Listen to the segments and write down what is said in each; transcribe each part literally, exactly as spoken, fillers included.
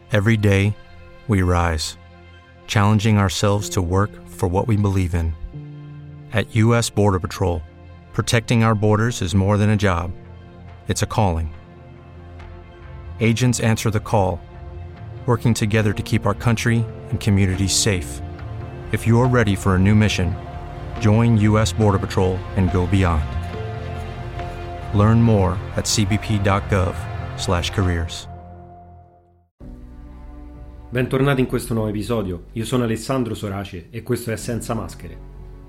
Every day, we rise, challenging ourselves to work for what we believe in. At U S Border Patrol, protecting our borders is more than a job. It's a calling. Agents answer the call, working together to keep our country and communities safe. If you're ready for a new mission, join U S Border Patrol and go beyond. Learn more at c b p dot gov slash careers. Bentornati in questo nuovo episodio. Io sono Alessandro Sorace e questo è Senza Maschere.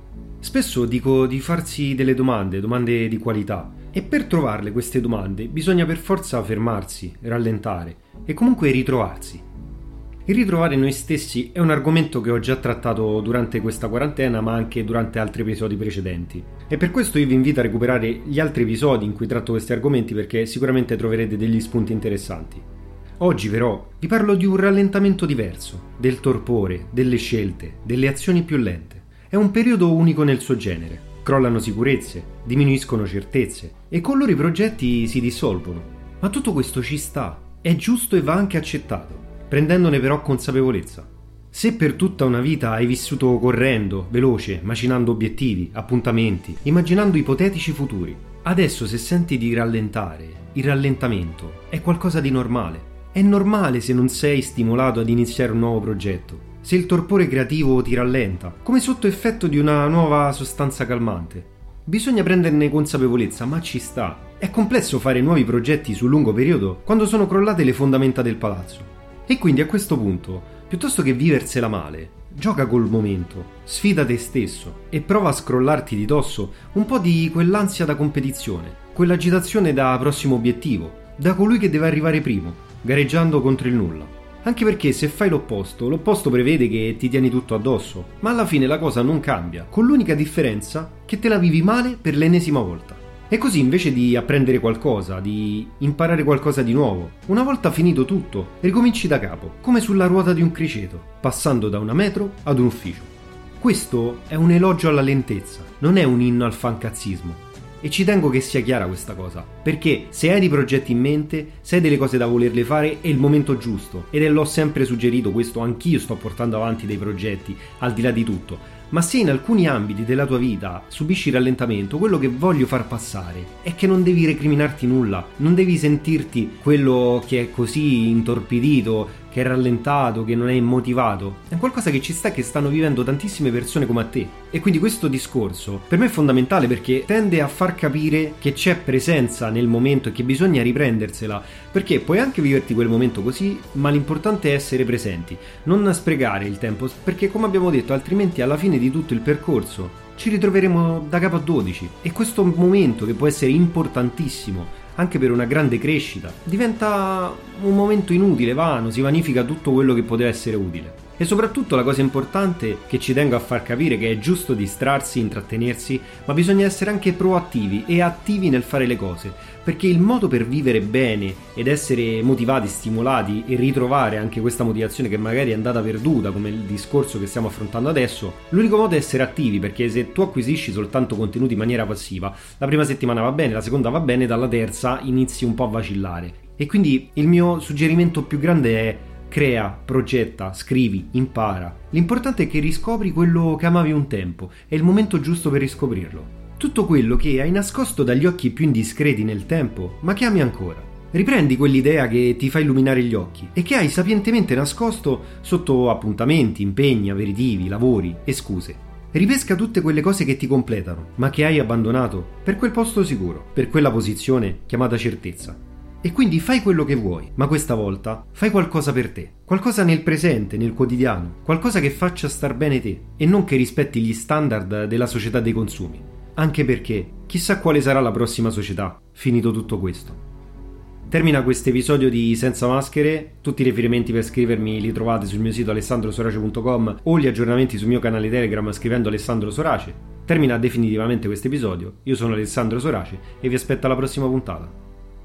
Spesso dico di farsi delle domande, domande di qualità, e per trovarle queste domande bisogna per forza fermarsi, rallentare e comunque ritrovarsi. Il ritrovare noi stessi è un argomento che ho già trattato durante questa quarantena, ma anche durante altri episodi precedenti. E per questo io vi invito a recuperare gli altri episodi in cui tratto questi argomenti, perché sicuramente troverete degli spunti interessanti. Oggi però vi parlo di un rallentamento diverso, del torpore, delle scelte, delle azioni più lente. È un periodo unico nel suo genere. Crollano sicurezze, diminuiscono certezze e con loro i progetti si dissolvono. Ma tutto questo ci sta, è giusto e va anche accettato, prendendone però consapevolezza. Se per tutta una vita hai vissuto correndo, veloce, macinando obiettivi, appuntamenti, immaginando ipotetici futuri, adesso se senti di rallentare, il rallentamento è qualcosa di normale. È normale se non sei stimolato ad iniziare un nuovo progetto, se il torpore creativo ti rallenta, come sotto effetto di una nuova sostanza calmante. Bisogna prenderne consapevolezza, ma ci sta. È complesso fare nuovi progetti sul lungo periodo quando sono crollate le fondamenta del palazzo. E quindi a questo punto, piuttosto che viversela male, gioca col momento, sfida te stesso e prova a scrollarti di dosso un po' di quell'ansia da competizione, quell'agitazione da prossimo obiettivo, da colui che deve arrivare primo, gareggiando contro il nulla. Anche perché se fai l'opposto, l'opposto prevede che ti tieni tutto addosso, ma alla fine la cosa non cambia, con l'unica differenza che te la vivi male per l'ennesima volta. E così invece di apprendere qualcosa, di imparare qualcosa di nuovo, una volta finito tutto, ricominci da capo, come sulla ruota di un criceto, passando da una metro ad un ufficio. Questo è un elogio alla lentezza, non è un inno al fancazzismo. E ci tengo che sia chiara questa cosa, perché se hai dei progetti in mente, se hai delle cose da volerle fare, è il momento giusto. Ed l'ho sempre suggerito questo, anch'io sto portando avanti dei progetti, al di là di tutto. Ma se in alcuni ambiti della tua vita subisci rallentamento, quello che voglio far passare è che non devi recriminarti nulla, non devi sentirti quello che è così intorpidito, che è rallentato, che non è immotivato. È qualcosa che ci sta, che stanno vivendo tantissime persone come a te. E quindi questo discorso per me è fondamentale, perché tende a far capire che c'è presenza nel momento e che bisogna riprendersela, perché puoi anche viverti quel momento così, ma l'importante è essere presenti, non sprecare il tempo, perché come abbiamo detto, altrimenti alla fine di tutto il percorso ci ritroveremo da capo a dodici e questo momento, che può essere importantissimo anche per una grande crescita, diventa un momento inutile, vano, si vanifica tutto quello che poteva essere utile. E soprattutto la cosa importante che ci tengo a far capire che è giusto distrarsi, intrattenersi, ma bisogna essere anche proattivi e attivi nel fare le cose, perché il modo per vivere bene ed essere motivati, stimolati e ritrovare anche questa motivazione che magari è andata perduta, come il discorso che stiamo affrontando adesso, l'unico modo è essere attivi, perché se tu acquisisci soltanto contenuti in maniera passiva, la prima settimana va bene, la seconda va bene, dalla terza inizi un po' a vacillare. E quindi il mio suggerimento più grande è: crea, progetta, scrivi, impara. L'importante è che riscopri quello che amavi un tempo, è il momento giusto per riscoprirlo. Tutto quello che hai nascosto dagli occhi più indiscreti nel tempo, ma che ami ancora. Riprendi quell'idea che ti fa illuminare gli occhi e che hai sapientemente nascosto sotto appuntamenti, impegni, aperitivi, lavori e scuse. Ripesca tutte quelle cose che ti completano, ma che hai abbandonato per quel posto sicuro, per quella posizione chiamata certezza. E quindi fai quello che vuoi, ma questa volta fai qualcosa per te, qualcosa nel presente, nel quotidiano, qualcosa che faccia star bene te e non che rispetti gli standard della società dei consumi. Anche perché chissà quale sarà la prossima società, finito tutto questo. Termina questo episodio di Senza Maschere. Tutti i riferimenti per scrivermi li trovate sul mio sito alessandro sorace punto com o gli aggiornamenti sul mio canale Telegram scrivendo Alessandro Sorace. Termina definitivamente questo episodio. Io sono Alessandro Sorace e vi aspetto alla prossima puntata.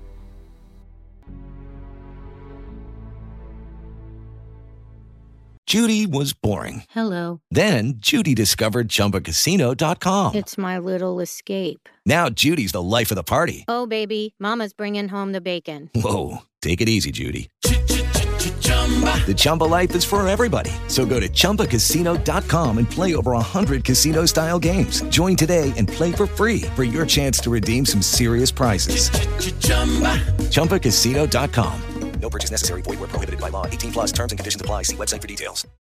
Judy was boring. Hello. Then Judy discovered Chumba Casino dot com. It's my little escape. Now Judy's the life of the party. Oh, baby, mama's bringing home the bacon. Whoa, take it easy, Judy. The Chumba life is for everybody. So go to chumba casino dot com and play over one hundred casino-style games. Join today and play for free for your chance to redeem some serious prizes. chumba casino dot com. No purchase necessary. Void where prohibited by law. eighteen plus terms and conditions apply. See website for details.